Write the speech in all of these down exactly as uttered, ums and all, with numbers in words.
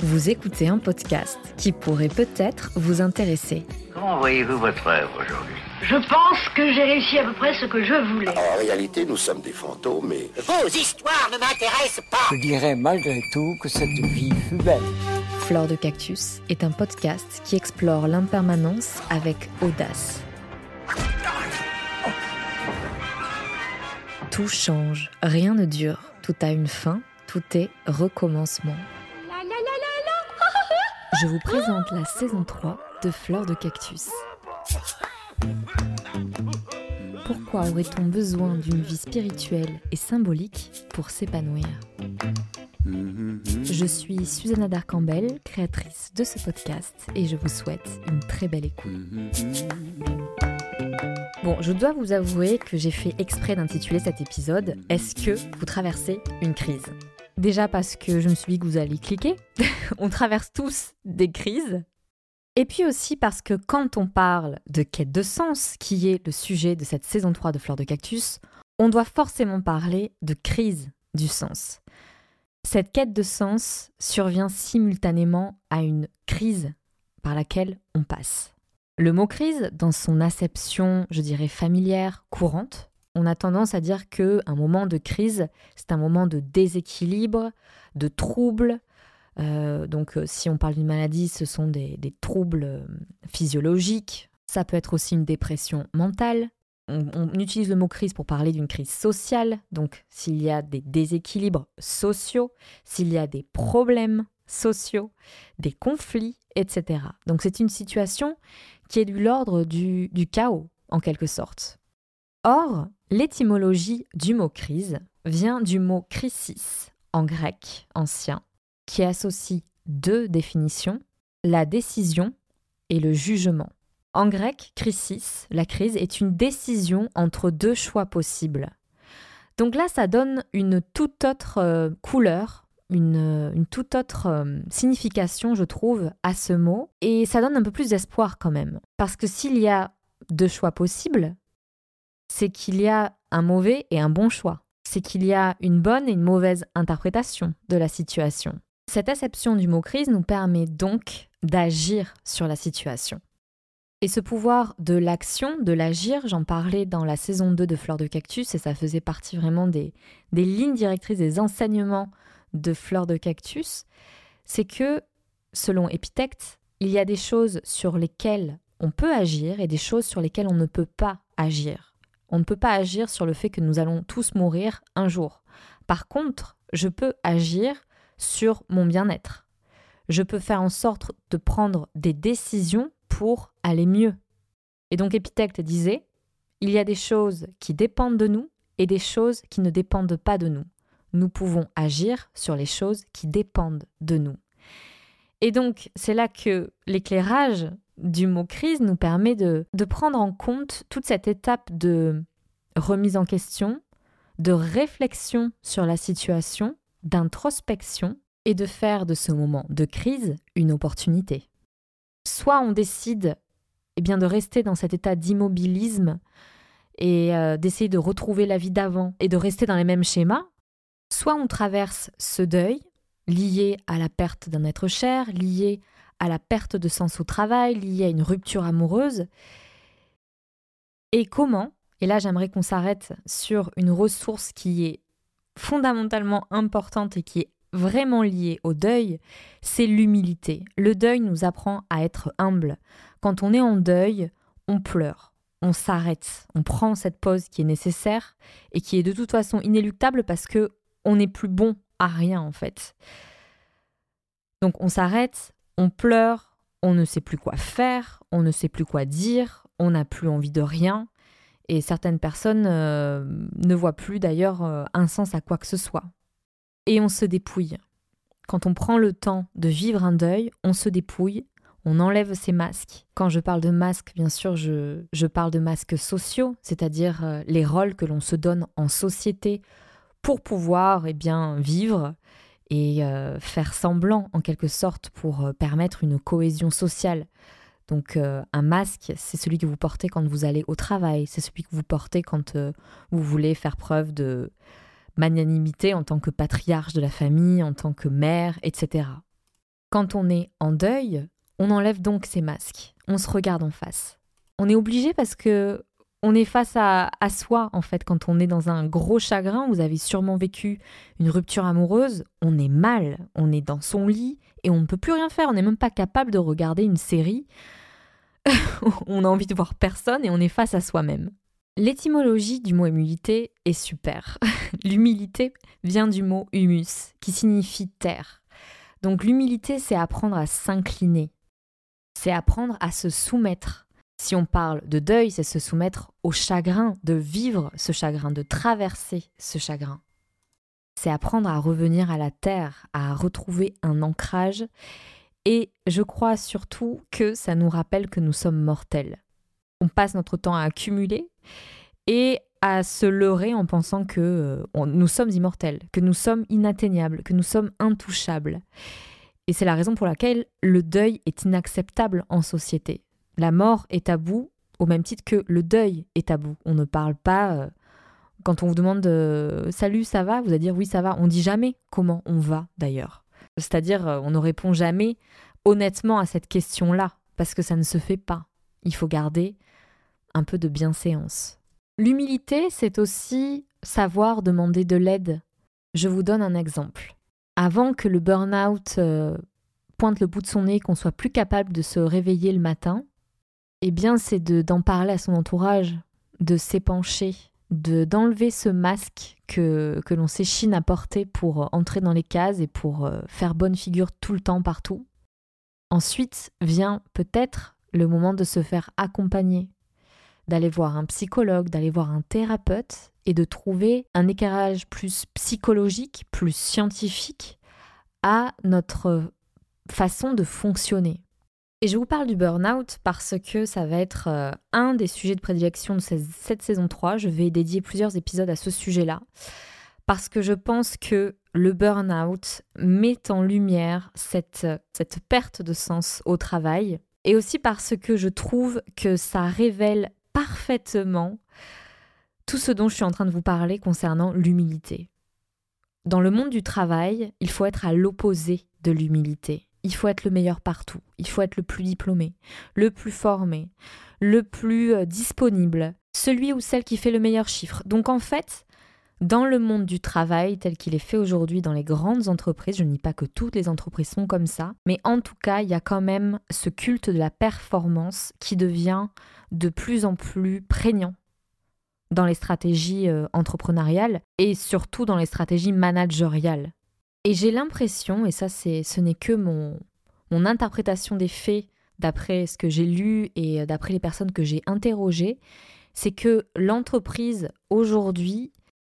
Vous écoutez un podcast qui pourrait peut-être vous intéresser. Comment voyez-vous votre œuvre aujourd'hui ? Je pense que j'ai réussi à peu près ce que je voulais. En réalité, nous sommes des fantômes, mais... Vos histoires ne m'intéressent pas. Je dirais malgré tout que cette vie fut belle. Fleur de Cactus est un podcast qui explore l'impermanence avec audace. Tout change, rien ne dure, tout a une fin, tout est recommencement. Je vous présente la saison trois de Fleur de Cactus. Pourquoi aurait-on besoin d'une vie spirituelle et symbolique pour s'épanouir ? Je suis Susanna Darcambel, créatrice de ce podcast, et je vous souhaite une très belle écoute. Bon, je dois vous avouer que j'ai fait exprès d'intituler cet épisode « Est-ce que vous traversez une crise ?» Déjà parce que je me suis dit que vous alliez cliquer, on traverse tous des crises. Et puis aussi parce que quand on parle de quête de sens, qui est le sujet de cette saison trois de Fleur de Cactus, on doit forcément parler de crise du sens. Cette quête de sens survient simultanément à une crise par laquelle on passe. Le mot crise, dans son acception, je dirais familière, courante, on a tendance à dire qu'un moment de crise, c'est un moment de déséquilibre, de trouble. Euh, donc euh, si on parle d'une maladie, ce sont des, des troubles euh, physiologiques. Ça peut être aussi une dépression mentale. On, on utilise le mot crise pour parler d'une crise sociale. Donc s'il y a des déséquilibres sociaux, s'il y a des problèmes sociaux, des conflits, et cetera. Donc c'est une situation qui est de l'ordre du, du chaos, en quelque sorte. Or, l'étymologie du mot crise vient du mot krisis, en grec ancien, qui associe deux définitions, la décision et le jugement. En grec, krisis, la crise, est une décision entre deux choix possibles. Donc là, ça donne une toute autre euh, couleur, une, une toute autre euh, signification, je trouve, à ce mot. Et ça donne un peu plus d'espoir quand même. Parce que s'il y a deux choix possibles, c'est qu'il y a un mauvais et un bon choix. C'est qu'il y a une bonne et une mauvaise interprétation de la situation. Cette acception du mot crise nous permet donc d'agir sur la situation. Et ce pouvoir de l'action, de l'agir, j'en parlais dans la saison deux de Fleur de Cactus et ça faisait partie vraiment des, des lignes directrices, des enseignements de Fleur de Cactus, c'est que, selon Épithète, il y a des choses sur lesquelles on peut agir et des choses sur lesquelles on ne peut pas agir. On ne peut pas agir sur le fait que nous allons tous mourir un jour. Par contre, je peux agir sur mon bien-être. Je peux faire en sorte de prendre des décisions pour aller mieux. Et donc Épithète disait, il y a des choses qui dépendent de nous et des choses qui ne dépendent pas de nous. Nous pouvons agir sur les choses qui dépendent de nous. Et donc, c'est là que l'éclairage du mot crise nous permet de, de prendre en compte toute cette étape de remise en question, de réflexion sur la situation, d'introspection et de faire de ce moment de crise une opportunité. Soit on décide eh bien, de rester dans cet état d'immobilisme et euh, d'essayer de retrouver la vie d'avant et de rester dans les mêmes schémas, soit on traverse ce deuil lié à la perte d'un être cher, lié à la perte de sens au travail, lié à une rupture amoureuse. Et comment, et là j'aimerais qu'on s'arrête sur une ressource qui est fondamentalement importante et qui est vraiment liée au deuil, c'est l'humilité. Le deuil nous apprend à être humble. Quand on est en deuil, on pleure, on s'arrête, on prend cette pause qui est nécessaire et qui est de toute façon inéluctable parce qu'on n'est plus bon à rien en fait. Donc on s'arrête, on pleure, on ne sait plus quoi faire, on ne sait plus quoi dire, on n'a plus envie de rien. Et certaines personnes euh, ne voient plus d'ailleurs euh, un sens à quoi que ce soit. Et on se dépouille. Quand on prend le temps de vivre un deuil, on se dépouille, on enlève ses masques. Quand je parle de masques, bien sûr, je, je parle de masques sociaux, c'est-à-dire euh, les rôles que l'on se donne en société pour pouvoir eh bien, vivre et euh, faire semblant en quelque sorte pour euh, permettre une cohésion sociale. Donc euh, un masque, c'est celui que vous portez quand vous allez au travail, c'est celui que vous portez quand euh, vous voulez faire preuve de magnanimité en tant que patriarche de la famille, en tant que mère, et cetera. Quand on est en deuil, on enlève donc ses masques, on se regarde en face. On est obligé parce que on est face à, à soi, en fait, quand on est dans un gros chagrin. Vous avez sûrement vécu une rupture amoureuse, on est mal, on est dans son lit et on ne peut plus rien faire, on n'est même pas capable de regarder une série. On a envie de voir personne et on est face à soi-même. L'étymologie du mot humilité est super. L'humilité vient du mot humus, qui signifie terre. Donc l'humilité, c'est apprendre à s'incliner, c'est apprendre à se soumettre. Si on parle de deuil, c'est se soumettre au chagrin, de vivre ce chagrin, de traverser ce chagrin. C'est apprendre à revenir à la terre, à retrouver un ancrage. Et je crois surtout que ça nous rappelle que nous sommes mortels. On passe notre temps à accumuler et à se leurrer en pensant que euh, on, nous sommes immortels, que nous sommes inatteignables, que nous sommes intouchables. Et c'est la raison pour laquelle le deuil est inacceptable en société. La mort est tabou au même titre que le deuil est tabou. On ne parle pas, euh, quand on vous demande euh, « Salut, ça va ?» Vous allez dire « Oui, ça va ». On ne dit jamais comment on va d'ailleurs. C'est-à-dire, euh, on ne répond jamais honnêtement à cette question-là, parce que ça ne se fait pas. Il faut garder un peu de bienséance. L'humilité, c'est aussi savoir demander de l'aide. Je vous donne un exemple. Avant que le burn-out euh, pointe le bout de son nez, qu'on soit plus capable de se réveiller le matin, eh bien, c'est de, d'en parler à son entourage, de s'épancher, de, d'enlever ce masque que, que l'on s'échine à porter pour entrer dans les cases et pour euh, faire bonne figure tout le temps, partout. Ensuite vient peut-être le moment de se faire accompagner, d'aller voir un psychologue, d'aller voir un thérapeute et de trouver un éclairage plus psychologique, plus scientifique à notre façon de fonctionner. Et je vous parle du burn-out parce que ça va être euh, un des sujets de prédilection de cette saison trois. Je vais dédier plusieurs épisodes à ce sujet-là parce que je pense que le burn-out met en lumière cette, cette perte de sens au travail et aussi parce que je trouve que ça révèle parfaitement tout ce dont je suis en train de vous parler concernant l'humilité. Dans le monde du travail, il faut être à l'opposé de l'humilité. Il faut être le meilleur partout, il faut être le plus diplômé, le plus formé, le plus euh, disponible, celui ou celle qui fait le meilleur chiffre. Donc en fait, dans le monde du travail tel qu'il est fait aujourd'hui dans les grandes entreprises, je ne dis pas que toutes les entreprises sont comme ça, mais en tout cas, il y a quand même ce culte de la performance qui devient de plus en plus prégnant dans les stratégies euh, entrepreneuriales et surtout dans les stratégies managériales. Et j'ai l'impression, et ça c'est, ce n'est que mon, mon interprétation des faits d'après ce que j'ai lu et d'après les personnes que j'ai interrogées, c'est que l'entreprise aujourd'hui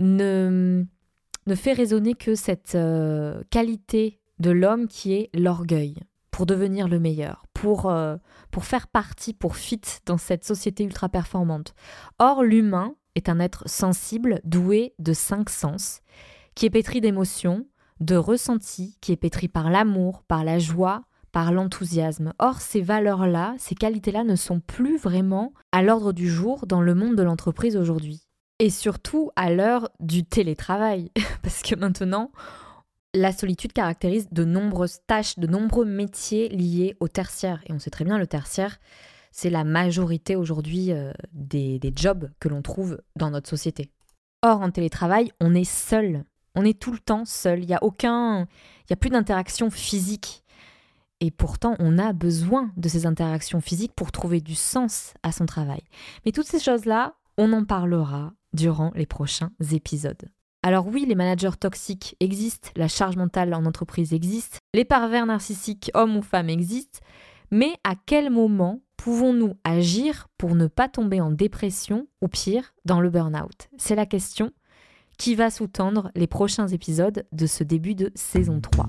ne, ne fait résonner que cette euh, qualité de l'homme qui est l'orgueil pour devenir le meilleur, pour, euh, pour faire partie, pour fit dans cette société ultra performante. Or, l'humain est un être sensible, doué de cinq sens, qui est pétri d'émotions, de ressenti, qui est pétri par l'amour, par la joie, par l'enthousiasme. Or, ces valeurs-là, ces qualités-là ne sont plus vraiment à l'ordre du jour dans le monde de l'entreprise aujourd'hui. Et surtout à l'heure du télétravail, parce que maintenant, la solitude caractérise de nombreuses tâches, de nombreux métiers liés au tertiaire. Et on sait très bien, le tertiaire, c'est la majorité aujourd'hui euh, des, des jobs que l'on trouve dans notre société. Or, en télétravail, on est seul. On est tout le temps seul, il n'y a aucun, il n'y a plus d'interaction physique. Et pourtant, on a besoin de ces interactions physiques pour trouver du sens à son travail. Mais toutes ces choses-là, on en parlera durant les prochains épisodes. Alors oui, les managers toxiques existent, la charge mentale en entreprise existe, les pervers narcissiques, hommes ou femmes, existent, mais à quel moment pouvons-nous agir pour ne pas tomber en dépression ou pire, dans le burn-out ? C'est la question qui va sous-tendre les prochains épisodes de ce début de saison trois.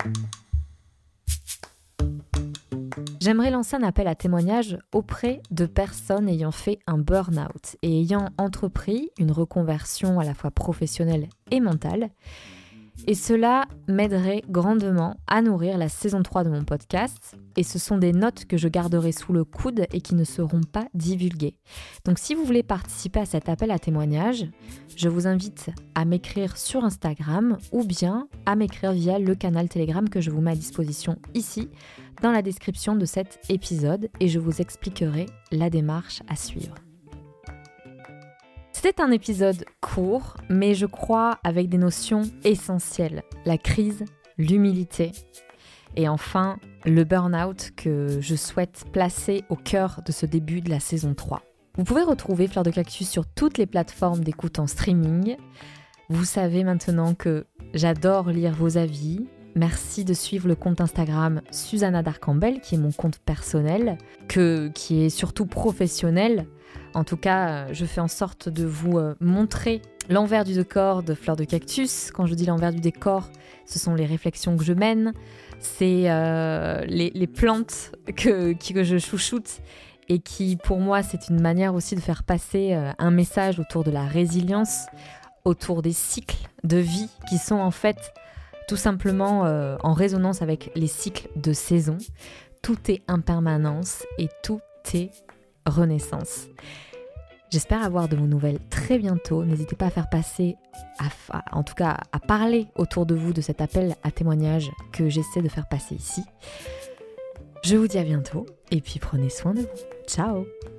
J'aimerais lancer un appel à témoignage auprès de personnes ayant fait un burn-out et ayant entrepris une reconversion à la fois professionnelle et mentale Et cela m'aiderait grandement à nourrir la saison trois de mon podcast. Et ce sont des notes que je garderai sous le coude et qui ne seront pas divulguées. Donc si vous voulez participer à cet appel à témoignages, je vous invite à m'écrire sur Instagram ou bien à m'écrire via le canal Telegram que je vous mets à disposition ici, dans la description de cet épisode, et je vous expliquerai la démarche à suivre. C'était un épisode court, mais je crois avec des notions essentielles. La crise, l'humilité et enfin le burn-out que je souhaite placer au cœur de ce début de la saison trois. Vous pouvez retrouver Fleur de Cactus sur toutes les plateformes d'écoute en streaming. Vous savez maintenant que j'adore lire vos avis. Merci de suivre le compte Instagram Susanna Darcambel, qui est mon compte personnel, que, qui est surtout professionnel. En tout cas, je fais en sorte de vous montrer l'envers du décor de Fleur de Cactus. Quand je dis l'envers du décor, ce sont les réflexions que je mène, c'est euh, les, les plantes que, que je chouchoute et qui, pour moi, c'est une manière aussi de faire passer un message autour de la résilience, autour des cycles de vie qui sont en fait tout simplement euh, en résonance avec les cycles de saison. Tout est impermanence et tout est renaissance. J'espère avoir de vos nouvelles très bientôt. N'hésitez pas à faire passer, à, à, en tout cas à parler autour de vous de cet appel à témoignages que j'essaie de faire passer ici. Je vous dis à bientôt et puis prenez soin de vous. Ciao!